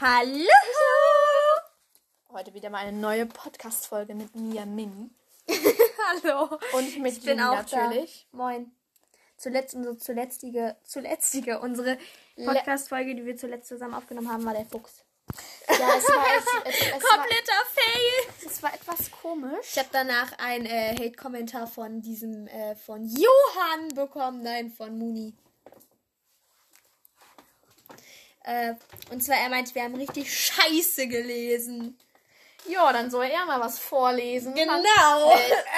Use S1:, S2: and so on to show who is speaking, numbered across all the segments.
S1: Hallo!
S2: Heute wieder mal eine neue Podcast-Folge mit Mia Mini.
S1: Hallo!
S2: Und mit
S1: Ich bin
S2: Juni
S1: auch
S2: natürlich.
S1: Da. Moin. Unsere Podcast-Folge, die wir zuletzt zusammen aufgenommen haben, war der Fuchs.
S2: Ja, es war
S1: Kompletter Fail!
S2: es war etwas komisch.
S1: Ich habe danach einen Hate-Kommentar von von Johann bekommen. Nein, von Muni. Und zwar, er meint, wir haben richtig Scheiße gelesen.
S2: Ja, dann soll er mal was vorlesen.
S1: Genau.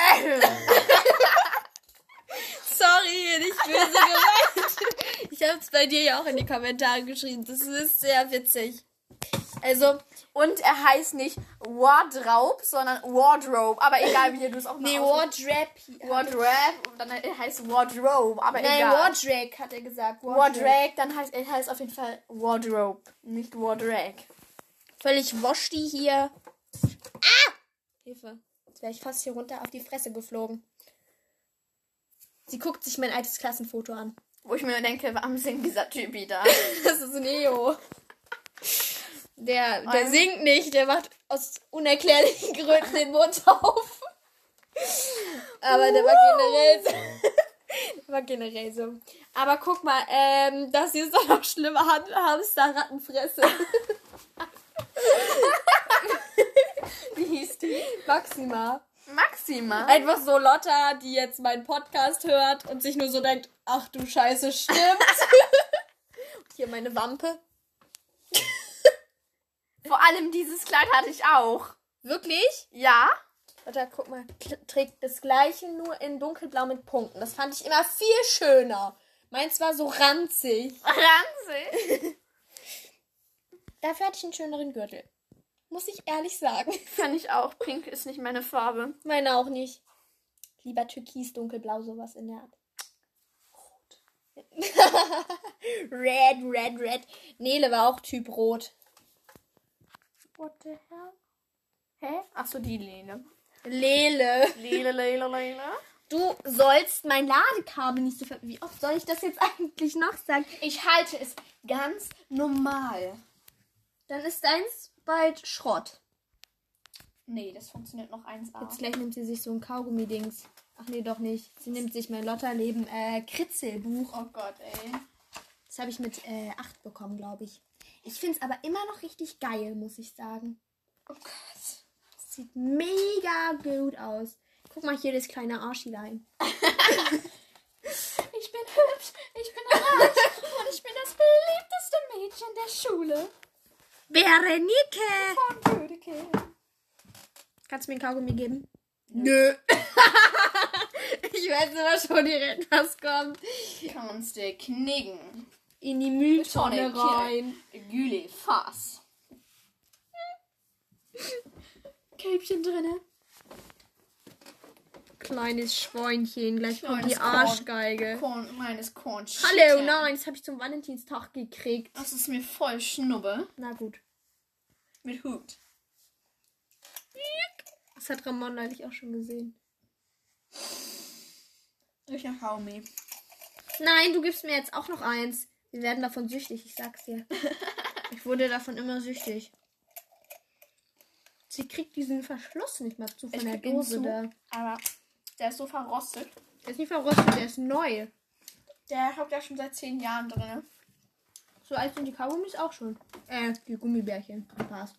S1: Sorry, nicht böse gemeint. Ich habe es bei dir ja auch in die Kommentare geschrieben. Das ist sehr witzig. Also,
S2: und er heißt nicht Wardrobe, sondern Wardrobe. Aber egal, wie du es auch
S1: nee,
S2: machst.
S1: Wardrobe.
S2: Und dann heißt Wardrobe, aber
S1: Nein,
S2: egal.
S1: Wardrake hat er gesagt.
S2: Wardrake, dann heißt auf jeden Fall Wardrobe, nicht Wardrake.
S1: Völlig woschti hier. Ah! Hilfe. Jetzt wäre ich fast hier runter auf die Fresse geflogen. Sie guckt sich mein altes Klassenfoto an.
S2: Wo ich mir denke, warum singt dieser Typ wieder?
S1: Das ist Neo. Der singt nicht, der macht aus unerklärlichen Gründen den Mund auf. Aber der war generell so. Aber guck mal, das hier ist doch noch schlimmer. Hamster-Rattenfresse.
S2: Wie hieß die?
S1: Maxima.
S2: Maxima?
S1: Einfach so Lotta, die jetzt meinen Podcast hört und sich nur so denkt, ach du Scheiße, stimmt. Und hier meine Wampe.
S2: Vor allem dieses Kleid hatte ich auch.
S1: Wirklich?
S2: Ja?
S1: Lotta, guck mal, trägt das gleiche nur in dunkelblau mit Punkten. Das fand ich immer viel schöner. Meins war so ranzig.
S2: Ranzig?
S1: Dafür hatte ich einen schöneren Gürtel. Muss ich ehrlich sagen.
S2: Kann ich auch. Pink ist nicht meine Farbe.
S1: Meine auch nicht. Lieber Türkis, dunkelblau, sowas in der Art. Rot. Red. Nele war auch Typ Rot.
S2: What the hell? Hä? Achso, die Lene.
S1: Lele.
S2: Lele.
S1: Du sollst mein Ladekabel nicht so Wie oft soll ich das jetzt eigentlich noch sagen?
S2: Ich halte es ganz normal.
S1: Dann ist deins bald Schrott.
S2: Nee, das funktioniert noch 1A.
S1: Jetzt gleich nimmt sie sich so ein Kaugummi-Dings. Ach nee, doch nicht. Sie nimmt sich mein Lotterleben Kritzelbuch.
S2: Oh Gott, ey.
S1: Das habe ich mit 8 bekommen, glaube ich. Ich finde es aber immer noch richtig geil, muss ich sagen.
S2: Oh Gott.
S1: Das sieht mega gut aus. Guck mal hier das kleine Arschilein.
S2: Ich bin hübsch, ich bin reich und ich bin das beliebteste Mädchen der Schule.
S1: Berenike!
S2: Von Bödeke.
S1: Kannst du mir ein Kaugummi geben? Nö. Ich weiß immer schon direkt, was kommt.
S2: Kannst du knicken.
S1: In die Mülltonne rein.
S2: Güle, Fass.
S1: Kälbchen drinne. Kleines Schweinchen. Gleich kommt die
S2: Kleines
S1: Arschgeige.
S2: Meines Korn.
S1: Hallo, nein, das habe ich zum Valentinstag gekriegt.
S2: Das ist mir voll Schnubbe.
S1: Na gut.
S2: Mit Hut.
S1: Das hat Ramon neulich auch schon gesehen.
S2: Ich ein Kaugummi.
S1: Nein, du gibst mir jetzt auch noch eins. Wir werden davon süchtig, ich sag's dir. Ich wurde davon immer süchtig. Sie kriegt diesen Verschluss nicht mal zu von der Dose da.
S2: Aber der ist so verrostet.
S1: Der ist nicht verrostet, der ist neu.
S2: Der hockt ja schon seit 10 Jahren drin.
S1: So alt sind die Kaugummis auch schon. Die Gummibärchen. Passt.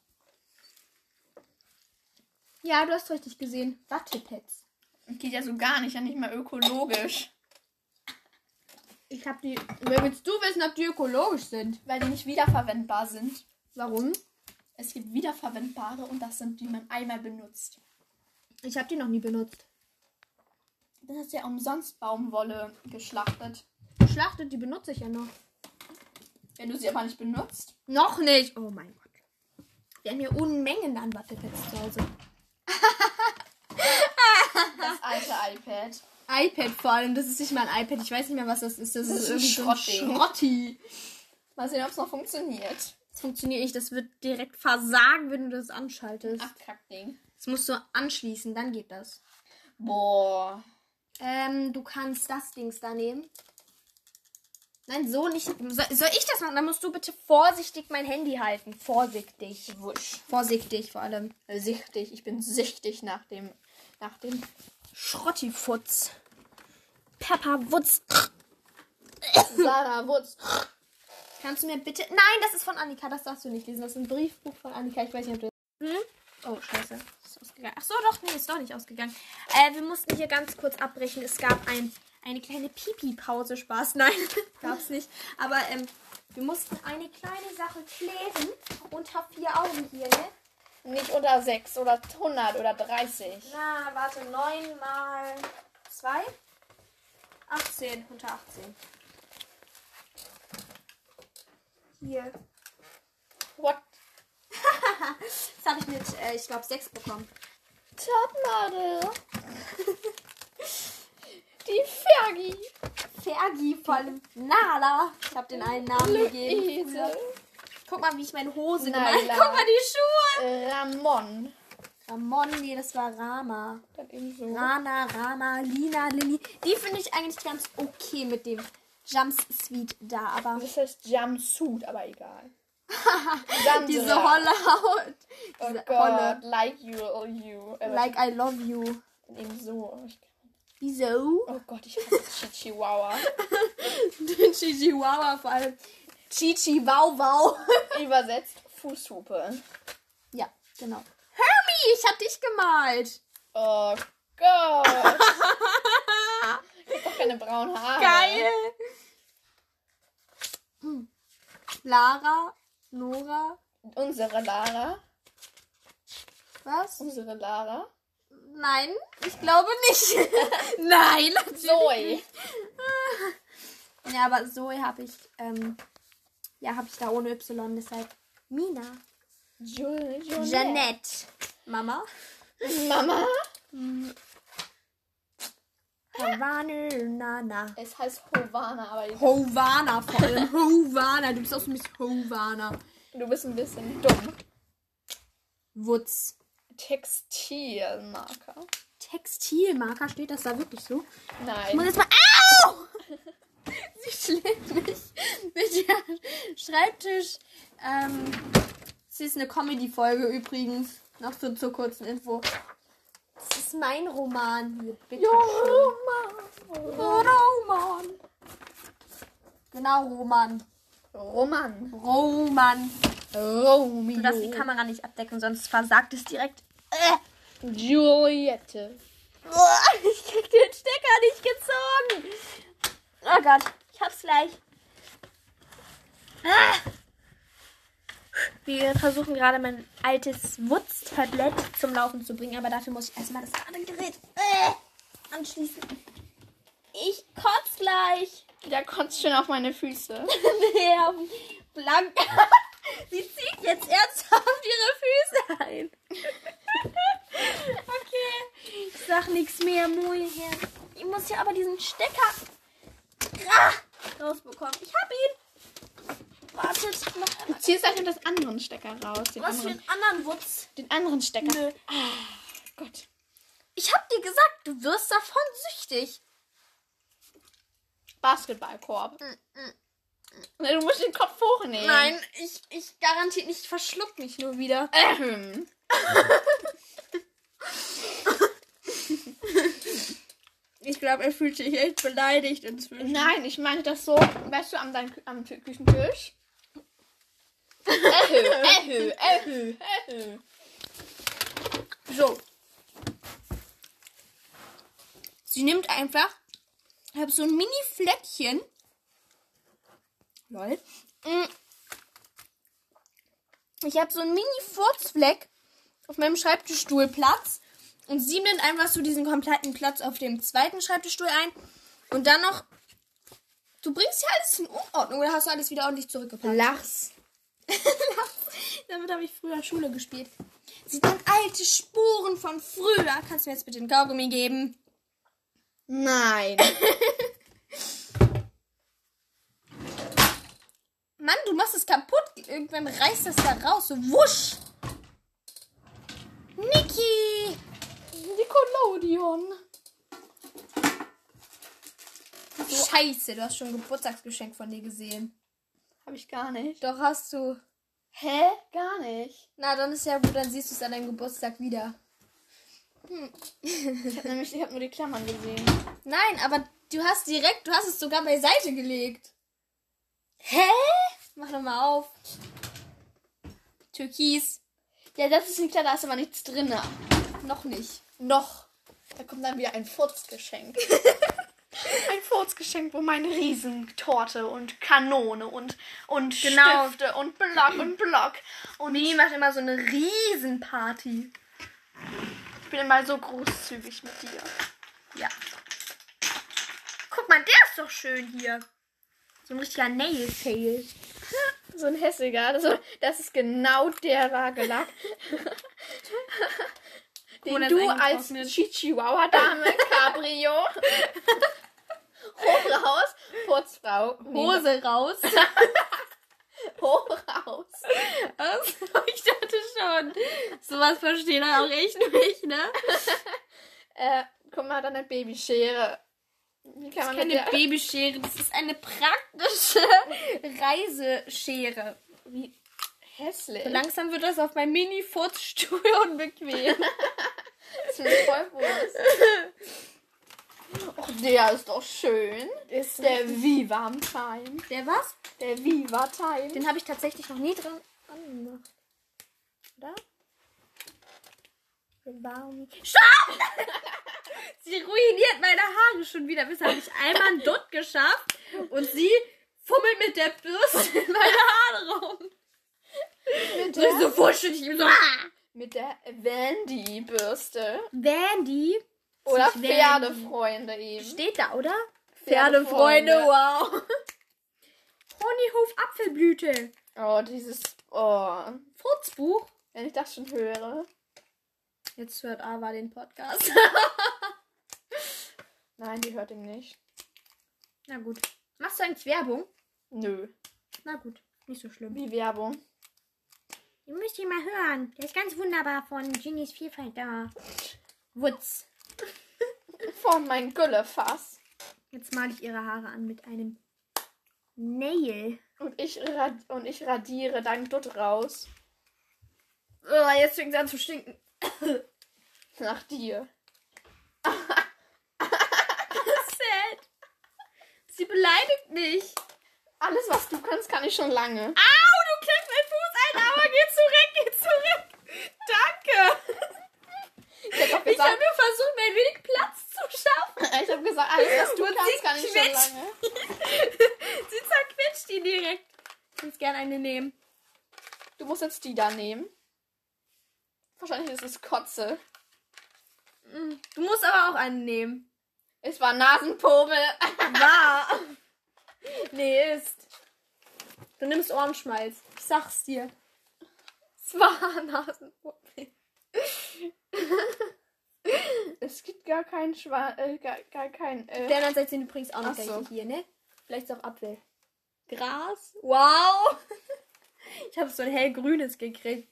S1: Ja, du hast richtig gesehen. Wattepads.
S2: Geht ja so gar nicht, ja nicht mal ökologisch.
S1: Ich hab die... Wer willst du wissen, ob die ökologisch sind?
S2: Weil die nicht wiederverwendbar sind.
S1: Warum?
S2: Es gibt wiederverwendbare und das sind, die man einmal benutzt.
S1: Ich habe die noch nie benutzt.
S2: Dann hast du ja umsonst Baumwolle geschlachtet.
S1: Schlachtet, die benutze ich ja noch.
S2: Wenn du sie aber nicht benutzt.
S1: Noch nicht. Oh mein Gott. Wir haben hier Unmengen an Wattepads zu Hause.
S2: Das alte iPad.
S1: iPad vor allem. Das ist nicht mal ein iPad. Ich weiß nicht mehr, was das ist. Das ist irgendwie so ein
S2: Schrottding.
S1: Schrotti.
S2: Mal sehen, ob es noch funktioniert.
S1: Das funktioniert nicht. Das wird direkt versagen, wenn du das anschaltest.
S2: Ach, Kackding.
S1: Das musst du anschließen, dann geht das.
S2: Boah.
S1: Du kannst das Dings da nehmen. Nein, so nicht. Soll ich das machen? Dann musst du bitte vorsichtig mein Handy halten. Vorsichtig.
S2: Wusch.
S1: Vorsichtig vor allem.
S2: Sichtig. Ich bin süchtig nach dem
S1: Schrottifutz. Peppa Wutz.
S2: Sarah Wutz.
S1: Kannst du mir bitte... Nein, das ist von Annika. Das darfst du nicht lesen. Das ist ein Briefbuch von Annika. Ich weiß nicht, ob du... Oh, scheiße. Ist ausgegangen. Ach so, doch. Nee, ist doch nicht ausgegangen. Wir mussten hier ganz kurz abbrechen. Es gab eine kleine Pipi-Pause. Spaß. Nein, gab's nicht. Aber wir mussten eine kleine Sache klären. Und hab 4 Augen hier, ne?
S2: Nicht unter 6 oder 100 oder 30.
S1: Na, warte. 9 mal 2? 18. Unter 18. Hier.
S2: What?
S1: Das habe ich mit, ich glaube, 6 bekommen.
S2: Topmodel. Die Fergie.
S1: Fergie von Nala. Ich habe den einen Namen gegeben.
S2: Luise.
S1: Guck mal, wie ich meine Hose
S2: Naila.
S1: gemacht habe. Guck mal, die Schuhe.
S2: Ramon.
S1: Ramon, nee, das war Rama.
S2: Dann eben so.
S1: Rana, Rama, Lina, Lilly. Die finde ich eigentlich ganz okay mit dem Jumpsuit da, aber...
S2: Das heißt Jumpsuit, aber egal.
S1: Diese holle Haut.
S2: Oh
S1: Diese
S2: Gott,
S1: holle.
S2: like you.
S1: Like I love you.
S2: Dann eben so.
S1: Wieso?
S2: Oh Gott, ich hasse Chihuahua.
S1: Chihuahua vor allem. Wow wow.
S2: Übersetzt Fußhupe.
S1: Ja, genau. Hermie, ich hab dich gemalt.
S2: Oh Gott. Ich hab doch keine braunen Haare.
S1: Geil. Lara, Nora.
S2: Unsere Lara.
S1: Was?
S2: Unsere Lara.
S1: Nein, ich glaube nicht. Nein,
S2: Zoe.
S1: Ja, aber Zoe habe ich, habe ich da ohne Y, deshalb Mina. Jeanette. Mama.
S2: Mama.
S1: Havana.
S2: Es heißt Hovana, aber
S1: Hovana vor allem. Hovana. Du bist auch so ein bisschen Hovana.
S2: du bist ein bisschen dumm.
S1: Wutz.
S2: Textilmarker.
S1: Textilmarker, steht das da wirklich so? Ich
S2: Nein.
S1: muss jetzt mal... Au! Sie schlägt mich mit ihrem Schreibtisch. Es ist eine Comedy-Folge übrigens. Noch so zur kurzen Info. Das ist mein Roman hier. Bitte schön. Roman. Genau, Roman.
S2: Romeo.
S1: Du darfst die Kamera nicht abdecken, sonst versagt es direkt.
S2: Juliette.
S1: Ich krieg den Stecker nicht gezogen. Oh Gott, ich hab's gleich. Wir versuchen gerade mein altes Wutz-Tablett zum Laufen zu bringen, aber dafür muss ich erstmal das andere Gerät anschließen. Ich kotz gleich.
S2: Da kotzt schon auf meine Füße.
S1: Nee, auf blank. Sie zieht jetzt ernsthaft ihre Füße ein. Okay, ich sag nichts mehr, Mui. Ich muss ja aber diesen Stecker rausbekommen. Ich hab ihn. Wartet, noch einmal.
S2: Ziehst einfach das anderen Stecker raus.
S1: Was für einen anderen Wutz?
S2: Den anderen Stecker.
S1: Nö.
S2: Gott.
S1: Ich hab dir gesagt, du wirst davon süchtig.
S2: Basketballkorb. Du musst den Kopf hochnehmen.
S1: Nein, ich garantiert nicht, verschluck mich nur wieder. Ich glaube, er fühlt sich echt beleidigt inzwischen.
S2: Nein, ich meine das so, weißt du, am Küchentisch. Erhö.
S1: So. Sie nimmt einfach, ich habe so ein Mini-Fleckchen. Lol. Ich habe so einen Mini-Furzfleck auf meinem Schreibtischstuhlplatz. Und sie nimmt einfach so diesen kompletten Platz auf dem zweiten Schreibtischstuhl ein. Und dann noch... Du bringst ja alles in Unordnung oder hast du alles wieder ordentlich zurückgepackt?
S2: Lachs.
S1: Damit habe ich früher Schule gespielt. Sieht man alte Spuren von früher. Kannst du mir jetzt bitte einen Kaugummi geben?
S2: Nein.
S1: Mann, du machst es kaputt. Irgendwann reißt das da raus. So wusch. Niki.
S2: Nickelodeon.
S1: So Scheiße, du hast schon ein Geburtstagsgeschenk von dir gesehen.
S2: Habe ich gar nicht.
S1: Doch, hast du.
S2: Hä? Gar nicht.
S1: Na, dann ist ja gut, dann siehst du es an deinem Geburtstag wieder.
S2: Ich habe nur die Klammern gesehen.
S1: Nein, aber du hast es sogar beiseite gelegt.
S2: Hä?
S1: Mach doch mal auf. Türkis.
S2: Ja, das ist klar, da ist aber nichts drin.
S1: Noch nicht.
S2: Noch. Da kommt dann wieder ein Furzgeschenk. Ein Furzgeschenk, wo meine Riesentorte und Kanone und
S1: Genau.
S2: Stifte und Block. Und
S1: Mimi macht immer so eine Riesenparty.
S2: ich bin immer so großzügig mit dir.
S1: Ja. Guck mal, der ist doch schön hier. So ein richtiger Nail-Fail.
S2: So ein hässiger. Das ist genau der Nagellack, den
S1: das
S2: du als
S1: eingetrocknet.
S2: Chihuahua-Dame, Cabrio, hoch raus, Putzfrau,
S1: Hose raus.
S2: hoch raus.
S1: Also, ich dachte schon. Sowas verstehen dann auch echt nicht, ne?
S2: Guck mal, dann eine Babyschere. Wie kann man
S1: Keine
S2: mit der...
S1: Babyschere, das ist eine praktische Reiseschere.
S2: Wie hässlich.
S1: So langsam wird das auf meinem Mini-Furzstuhl unbequem.
S2: Das ist voll Wurst. Och, der ist doch schön.
S1: Ist
S2: Der Viva-Time.
S1: der was?
S2: Der Viva-Time.
S1: Den habe ich tatsächlich noch nie dran angemacht. Oder? Stopp! Sie ruiniert meine Haare schon wieder. Bisher habe ich einmal einen Dutt geschafft und sie fummelt mit der Bürste in meine Haare rum.
S2: Mit
S1: So,
S2: der,
S1: so vorstellig. So,
S2: mit der Vandy-Bürste.
S1: Vandy.
S2: Oder
S1: Nicht Vandy.
S2: Pferdefreunde eben.
S1: Steht da, oder?
S2: Pferdefreunde.
S1: Wow. Ponyhof Apfelblüte.
S2: Oh, dieses... Oh.
S1: Furzbuch.
S2: Wenn ich das schon höre.
S1: Jetzt hört Ava den Podcast.
S2: Nein, die hört ihn nicht.
S1: Na gut. Machst du eigentlich Werbung?
S2: Nö.
S1: Na gut, nicht so schlimm.
S2: Wie Werbung.
S1: Ihr müsst ihn mal hören. Der ist ganz wunderbar von Genies Vielfalt da. Wutz.
S2: Von mein Güllefass.
S1: Jetzt male ich ihre Haare an mit einem Nail.
S2: Und ich radiere dein Dutt raus.
S1: Oh, jetzt fängt es an zu stinken.
S2: Nach dir.
S1: Sad. Sie beleidigt mich.
S2: Alles, was du kannst, kann ich schon lange.
S1: Au, du klemmst meinen Fuß ein, aber geh zurück. Danke.
S2: Ich hab doch
S1: Ich habe
S2: gesagt,
S1: nur versucht, mir ein wenig Platz zu schaffen.
S2: ich hab gesagt, alles, was du
S1: Und
S2: kannst,
S1: sie
S2: kann ich schon
S1: quetscht.
S2: lange.
S1: Sie zerquetscht ihn direkt. Ich würde gerne eine nehmen.
S2: Du musst jetzt die da nehmen. Wahrscheinlich ist es Kotze.
S1: Du musst aber auch eine nehmen.
S2: Es war Nasenpobel.
S1: Wahr. Nee, ist. Du nimmst Ohrenschmalz. Ich sag's dir. Es war Nasenpopel.
S2: Es gibt gar kein gar kein...
S1: Der 916 übrigens auch noch
S2: Ach so.
S1: welche hier, ne? Vielleicht ist auch Apfel. Gras. Wow. Ich habe so ein hellgrünes gekriegt.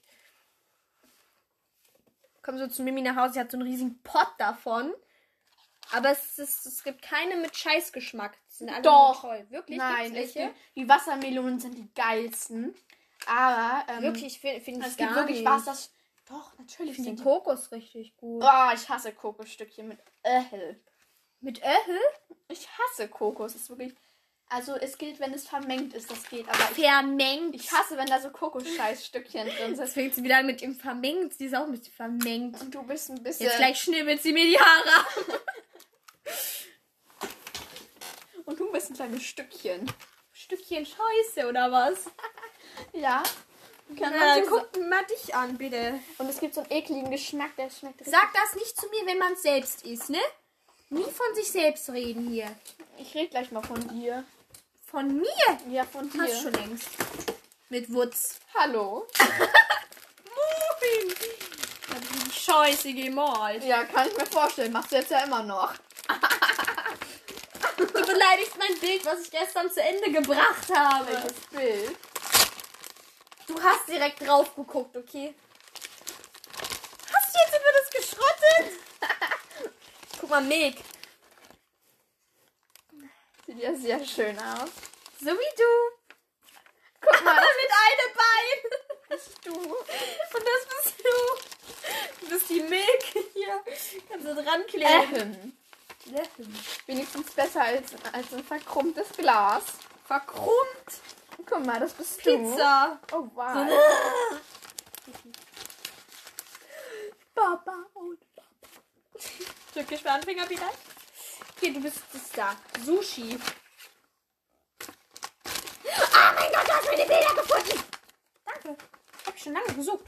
S1: Komm so zu Mimi nach Hause, sie hat so einen riesigen Pott davon. Aber es gibt keine mit Scheißgeschmack. Die sind alle
S2: Doch.
S1: nur toll. Wirklich?
S2: Nein,
S1: Gibt's welche?
S2: die Wassermelonen sind die geilsten. Aber
S1: Wirklich, finde
S2: es
S1: ich
S2: gibt
S1: gar
S2: wirklich
S1: nicht.
S2: was, das... Doch, natürlich
S1: Ich finde
S2: sind
S1: den
S2: die...
S1: Kokos richtig gut.
S2: Oh, ich hasse Kokosstückchen mit Öl.
S1: Mit Öl?
S2: Ich hasse Kokos. Ist wirklich... Also es gilt, wenn es vermengt ist, das geht. Aber
S1: Vermengt.
S2: ich hasse, wenn da so Kokosscheißstückchen drin
S1: Jetzt
S2: sind.
S1: fängt sie wieder an mit ihm vermengt. Sie ist auch ein bisschen vermengt.
S2: Und du bist ein bisschen...
S1: Jetzt gleich schnibbelt sie mir die Haare ab.
S2: Und du bist ein kleines Stückchen.
S1: Stückchen Scheiße, oder was?
S2: Ja. Kann
S1: Na,
S2: man so
S1: guck mal dich an, bitte.
S2: Und es gibt so einen ekligen Geschmack, der schmeckt richtig.
S1: Sag das nicht zu mir, wenn man es selbst isst, ne? Nie von sich selbst reden hier.
S2: Ich rede gleich mal von dir.
S1: Von mir?
S2: Ja, von dir.
S1: Hast schon längst. Mit Wutz.
S2: Hallo.
S1: Moin. Hab ich die Scheiße gemalt.
S2: Ja, kann ich mir vorstellen. Machst du jetzt ja immer noch.
S1: Du beleidigst mein Bild, was ich gestern zu Ende gebracht habe.
S2: Welches Bild?
S1: Du hast direkt drauf geguckt, okay? Hast du jetzt über das geschrottet? Guck mal, Meg.
S2: Sie Sieht ja sehr schön aus.
S1: So wie du.
S2: Guck mal,
S1: Mit einem Bein.
S2: das bist du.
S1: Und das bist du. Du bist die Milk hier. Kannst du dran kleben.
S2: Wenigstens besser als ein verkrummtes Glas.
S1: Verkrummt.
S2: Guck mal, das bist du.
S1: Pizza.
S2: Oh, wow.
S1: Baba und Baba. Türkisch für Anfänger vielleicht? Okay, du bist das da. Sushi. Oh mein Gott, du hast meine Bilder gefunden. Danke. Hab ich schon lange gesucht.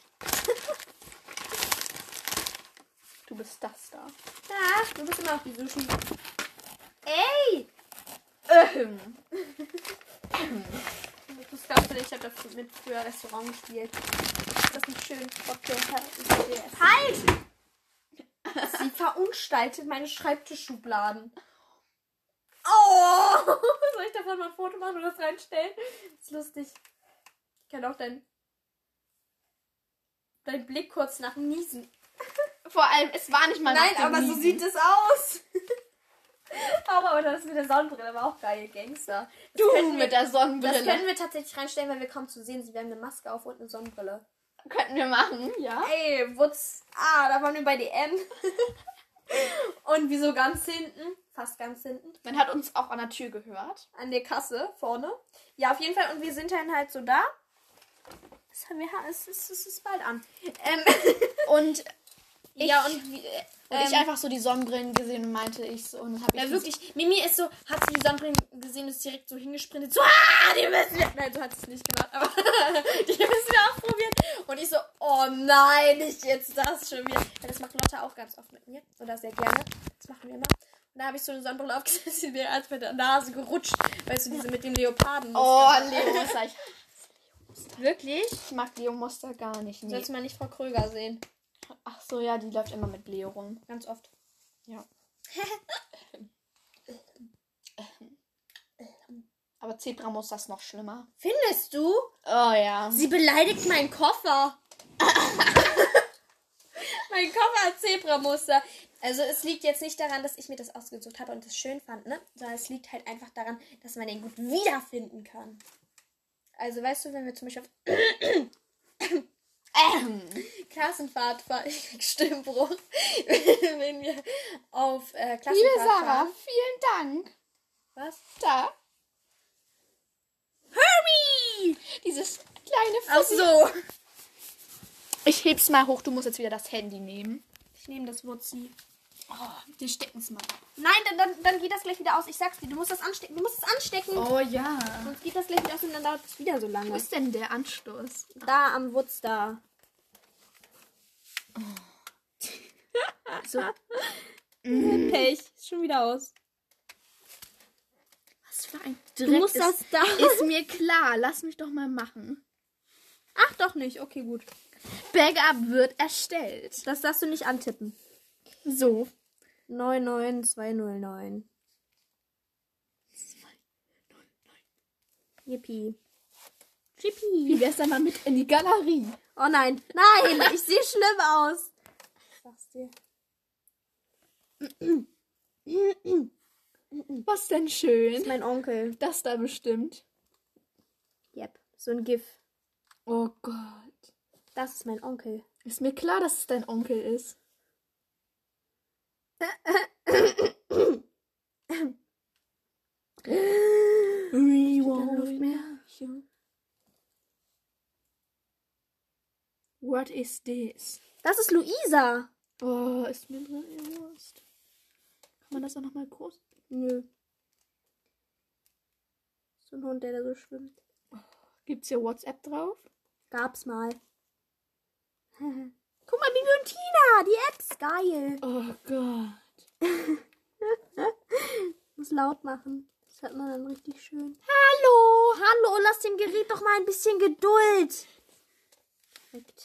S2: Du bist das da.
S1: Ja, du bist immer auf die Sushi. Ey! Das glaubst du nicht, ich habe das mit früher Restaurant gespielt. Ist das nicht schön? Halt! Sie verunstaltet meine Schreibtischschubladen. Oh! Soll ich davon mal ein Foto machen und das reinstellen? Das ist lustig. Ich kann auch deinen Blick kurz nach dem Niesen.
S2: Vor allem, es war nicht mal
S1: Nein,
S2: nach dem
S1: aber so
S2: Niesen.
S1: sieht es aus. Aber das mit der Sonnenbrille war auch geil, Gangster. Das
S2: Du mit der Sonnenbrille.
S1: Das können wir tatsächlich reinstellen, weil wir kaum zu sehen sind. Wir haben eine Maske auf und eine Sonnenbrille.
S2: Könnten wir machen, ja.
S1: Ey, Wutz. Da waren wir bei DM. Und wieso ganz hinten? Fast ganz hinten.
S2: Man hat uns auch an der Tür gehört.
S1: An der Kasse vorne. Ja, auf jeden Fall. Und wir sind dann halt so da. Es ist bald an.
S2: Und
S1: ja, und
S2: ich einfach so die Sonnenbrillen gesehen und meinte ich so. Und dann hab ich
S1: ja,
S2: das-
S1: wirklich, Mimi ist so, hat sie die Sonnenbrillen gesehen und ist direkt so hingesprintet. So, die müssen wir. Nein, so hat sie es nicht gemacht, aber die müssen wir ausprobieren. Und ich so, oh nein, nicht jetzt das schon wieder. Ja, das macht Lotte auch ganz oft mit mir. Oder sehr gerne. Das machen wir immer. Und da habe ich so eine Sonnenbrille aufgesetzt, die mir als mit der Nase gerutscht. Weißt du, diese mit den Leoparden.
S2: Oh, Leo-Muster.
S1: Wirklich?
S2: Ich mag Leo-Muster gar nicht. Nee.
S1: Sollst du mal nicht Frau Kröger sehen.
S2: Ach so, ja, die läuft immer mit Leo rum.
S1: Ganz oft.
S2: Ja. Aber Zebramuster ist noch schlimmer.
S1: Findest du?
S2: Oh ja.
S1: Sie beleidigt meinen Koffer. Mein Koffer hat Zebramuster. Also es liegt jetzt nicht daran, dass ich mir das ausgesucht habe und es schön fand, ne? Sondern es liegt halt einfach daran, dass man den gut wiederfinden kann. Also weißt du, wenn wir zum Beispiel auf Klassenfahrt fahren, ich krieg Stimmbruch. Wenn wir auf Klassenfahrt
S2: Liebe Sarah,
S1: fahren.
S2: vielen Dank.
S1: Was?
S2: Da.
S1: Herbie!
S2: Dieses kleine
S1: Ach
S2: Fussi.
S1: so.
S2: Ich heb's mal hoch, du musst jetzt wieder das Handy nehmen.
S1: Ich nehme das Wurzi.
S2: Oh, wir stecken's mal.
S1: Nein, dann geht das gleich wieder aus. Ich sag's dir, du musst das anstecken. Du musst es anstecken.
S2: Oh ja.
S1: Sonst geht das gleich wieder aus und dann dauert es wieder so
S2: Wo
S1: lange.
S2: ist denn der Anstoß?
S1: Da am Wutz da. So. Pech. Ist schon wieder aus.
S2: Was für ein
S1: Du
S2: Dreck
S1: musst das da.
S2: ist mir klar. Lass mich doch mal machen.
S1: Ach doch nicht. Okay, gut.
S2: Backup wird erstellt.
S1: Das darfst du nicht antippen.
S2: So.
S1: 99209. Yippie.
S2: Wie
S1: Yippie.
S2: wär's dann mal mit in die Galerie?
S1: Oh nein. Nein, ich sehe schlimm aus. Ich sag's dir.
S2: Was denn
S1: Das ist
S2: schön?
S1: mein Onkel.
S2: Das da bestimmt.
S1: Yep. So ein GIF.
S2: Oh Gott.
S1: Das ist mein Onkel.
S2: Ist mir klar, dass es dein Onkel ist. We
S1: Luft mehr.
S2: What is this?
S1: Das ist Luisa.
S2: Oh, ist mir drin Wurst. Kann man das auch nochmal groß?
S1: Nö. So ein Hund, der da so schwimmt.
S2: Gibt's hier WhatsApp drauf?
S1: Gab's mal. Guck mal, Bibi und Tina. Die Apps. Geil.
S2: Oh Gott.
S1: Muss laut machen. Das hört man dann richtig schön.
S2: Hallo.
S1: Hallo, lass dem Gerät doch mal ein bisschen Geduld. Perfekt.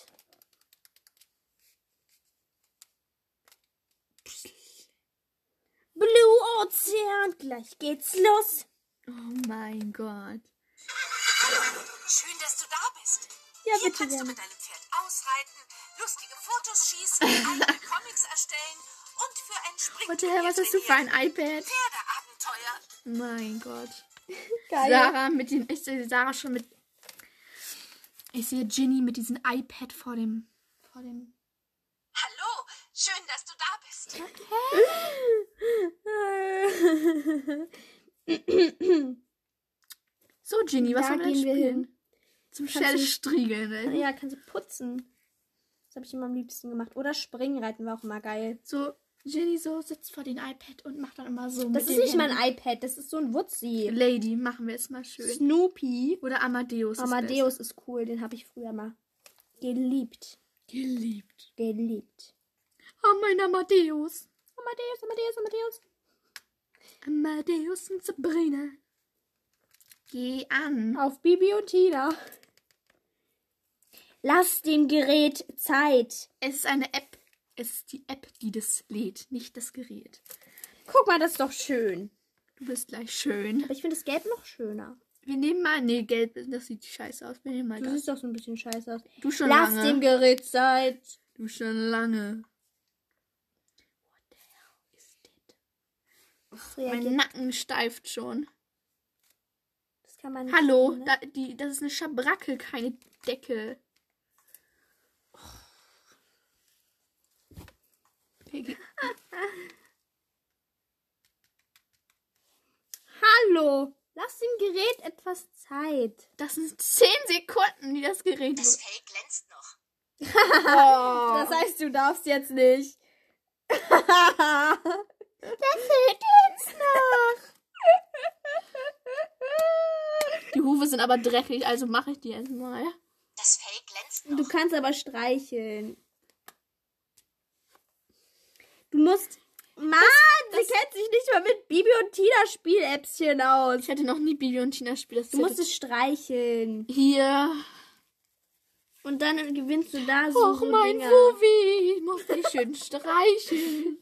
S1: Blue Ozean. Gleich geht's los.
S2: Oh mein Gott.
S3: Schön, dass du da bist.
S1: Ja,
S3: Hier
S1: bitte
S3: kannst du
S1: gerne.
S3: mit deinem Pferd ausreiten, lustige Fotos schießen, eigene Comics erstellen und für ein
S2: What the hell, was hast du für ein iPad?
S3: Pferdeabenteuer Abenteuer.
S2: Mein Gott.
S1: Geil.
S2: Sarah mit den. Ich sehe Sarah schon mit. Ich sehe Ginny mit diesem iPad vor dem.
S3: Hallo, schön, dass du da bist.
S2: So, Ginny, was
S1: Da
S2: sollen wir denn
S1: gehen wir
S2: spielen?
S1: hin.
S2: Zum
S1: Kannst du-
S2: Shell-Striegeln. Ne?
S1: Ja, kannst du putzen. Das habe ich immer am liebsten gemacht. Oder Springreiten war auch immer geil.
S2: So, Ginny so sitzt vor dem iPad und macht dann immer so.
S1: Das
S2: mit
S1: ist
S2: den
S1: nicht mein
S2: Händen.
S1: iPad, das ist so ein Wutzi.
S2: Lady, machen wir es mal schön.
S1: Snoopy.
S2: Oder Amadeus.
S1: Amadeus ist cool, den habe ich früher mal geliebt.
S2: Ist geliebt.
S1: Geliebt.
S2: Oh, mein Amadeus.
S1: Amadeus, Amadeus, Amadeus.
S2: Amadeus und Sabrina. Geh an.
S1: Auf Bibi und Tina. Lass dem Gerät Zeit.
S2: Es ist eine App. Es ist die App, die das lädt, nicht das Gerät.
S1: Guck mal, das ist doch schön.
S2: Du bist gleich schön.
S1: Aber ich finde das Gelb noch schöner.
S2: Wir nehmen mal. Nee, gelb, das sieht scheiße aus. Wir nehmen mal
S1: Du
S2: das.
S1: siehst doch so ein bisschen scheiße aus.
S2: Du schon
S1: Lass
S2: lange.
S1: dem Gerät Zeit.
S2: Du schon lange. What the hell is that? Mein
S1: Reagiert.
S2: Nacken steift schon.
S1: Das kann man nicht
S2: Hallo,
S1: sehen, ne?
S2: das ist eine Schabracke, keine Decke. Peggy.
S1: Hallo. Lass dem Gerät etwas Zeit.
S2: Das sind 10 Sekunden, die das Gerät...
S3: Das Fell glänzt noch.
S2: Oh.
S1: Das heißt, du darfst jetzt nicht. Das Feld glänzt noch.
S2: Die Hufe sind aber dreckig, also mache ich die erstmal.
S3: Das Fell glänzt noch.
S1: Du kannst aber streicheln. Du musst... Mann, sie kennt sich nicht mal mit Bibi und Tina Spieläppchen aus.
S2: Ich hatte noch nie Bibi und Tina Spiel.
S1: Du musst es streicheln.
S2: hier.
S1: Und dann gewinnst du da so,
S2: Och,
S1: so
S2: mein
S1: Dinger.
S2: Wuvi. Muss ich schön streicheln.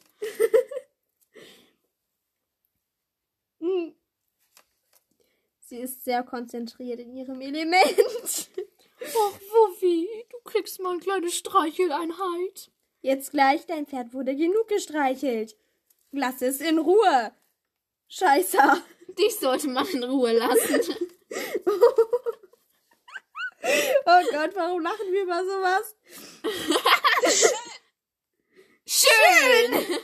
S1: Sie ist sehr konzentriert in ihrem Element.
S2: Och, Wuvi. Du kriegst mal eine kleine Streicheleinheit.
S1: Jetzt gleich, dein Pferd wurde genug gestreichelt. Lass es in Ruhe. Scheiße.
S2: Dich sollte man in Ruhe lassen.
S1: Oh Gott, warum lachen wir über sowas?
S2: Schön!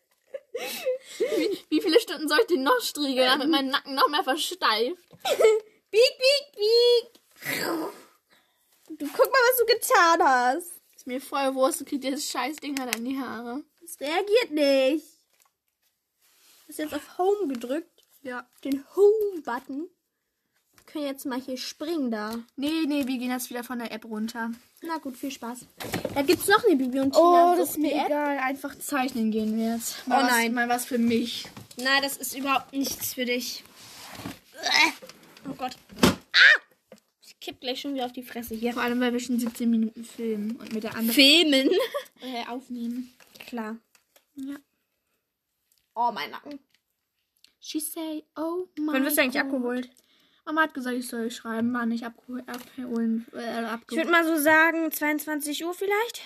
S2: Wie viele Stunden soll ich den noch striegeln, damit mein Nacken noch mehr versteift?
S1: Bieg, bieg, bieg. Du guck mal, was du getan hast.
S2: Ist mir voll Wurst, du kriegst dieses scheiß Ding halt an die Haare.
S1: Es reagiert nicht. Du hast jetzt auf Home gedrückt.
S2: Ja.
S1: Den Home-Button. Wir können jetzt mal hier springen da.
S2: Nee, wir gehen jetzt wieder von der App runter.
S1: Na gut, viel Spaß. Da gibt's noch eine Bibi und Tina. Sucht-App.
S2: egal. Einfach zeichnen gehen wir jetzt.
S1: Oh nein.
S2: Mal was für mich.
S1: Nein, das ist überhaupt nichts für dich. Oh Gott. Ah! Ich kipp gleich schon wieder auf die Fresse hier.
S2: Vor allem, weil wir schon 17 Minuten filmen und mit der anderen
S1: Filmen.
S2: aufnehmen.
S1: Klar.
S2: Ja.
S1: Oh, mein Nacken.
S2: She say, oh my
S1: Wann wirst du eigentlich
S2: God.
S1: abgeholt?
S2: Mama hat gesagt, ich soll schreiben, wann ich abholen.
S1: Ich würde mal so sagen, 22 Uhr vielleicht.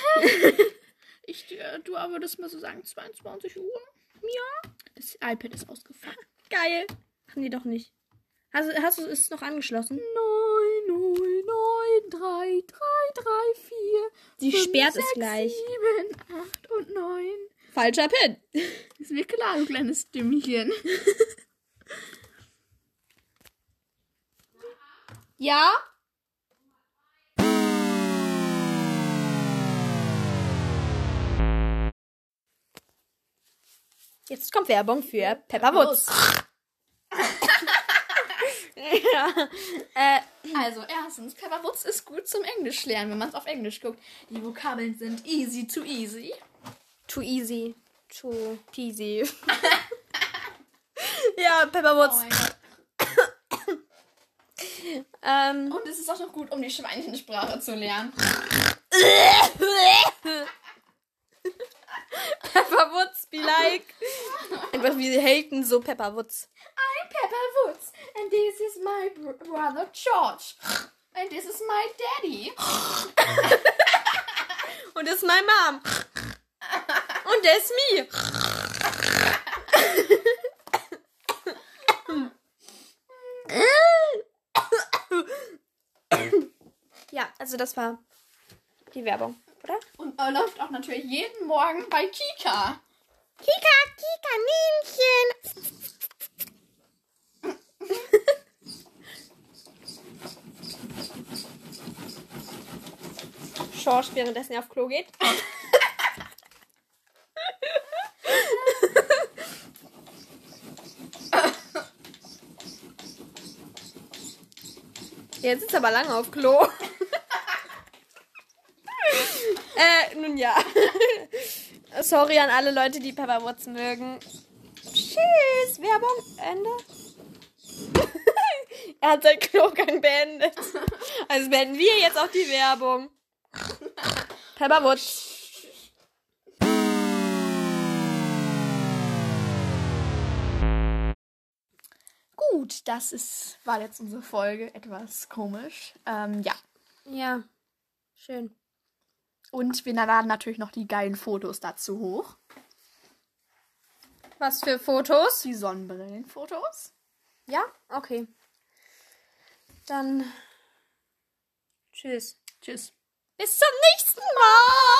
S2: Du aber würdest mal so sagen, 22 Uhr? Ja. Das iPad ist ausgefallen.
S1: Geil. Machen die doch nicht. Hast du es noch angeschlossen?
S2: 9, 0, 9, 3, 3, 3, 4.
S1: Sie
S2: 5,
S1: sperrt
S2: 6,
S1: es gleich.
S2: 7, 8 und 9.
S1: Falscher Pin.
S2: Ist mir klar, du kleines Stimmchen.
S1: Ja? Jetzt kommt Werbung für Pepperwoods. Ja.
S2: Also, erstens, Pepperwoods ist gut zum Englisch lernen, wenn man es auf Englisch guckt. Die Vokabeln sind easy to easy.
S1: Too easy. Too peasy. Ja, Pepperwoods.
S2: Oh mein Gott. Und es ist auch noch gut, um die Schweinchensprache zu lernen.
S1: Pepperwoods be like. Einfach wie sie haten, so Pepperwoods.
S2: I'm Pepperwoods and this is my brother George. And this is my daddy.
S1: Und das ist my mom. Und das ist me. Ja, also das war die Werbung, oder?
S2: Und läuft auch natürlich jeden Morgen bei Kika.
S1: Kika, Kaninchen. Schorsch, währenddessen er auf Klo geht. Jetzt ist aber lange auf Klo. Nun ja. Sorry an alle Leute, die Pepperwoods mögen. Tschüss. Werbung. Ende. Er hat seinen Klogang beendet. Also beenden wir jetzt auch die Werbung. Pepperwoods.
S2: Gut, war jetzt unsere Folge. Etwas komisch. Ja.
S1: Ja. Schön.
S2: Und wir laden natürlich noch die geilen Fotos dazu hoch.
S1: Was für Fotos?
S2: Die Sonnenbrillenfotos.
S1: Ja? Okay. Dann tschüss.
S2: Tschüss.
S1: Bis zum nächsten Mal.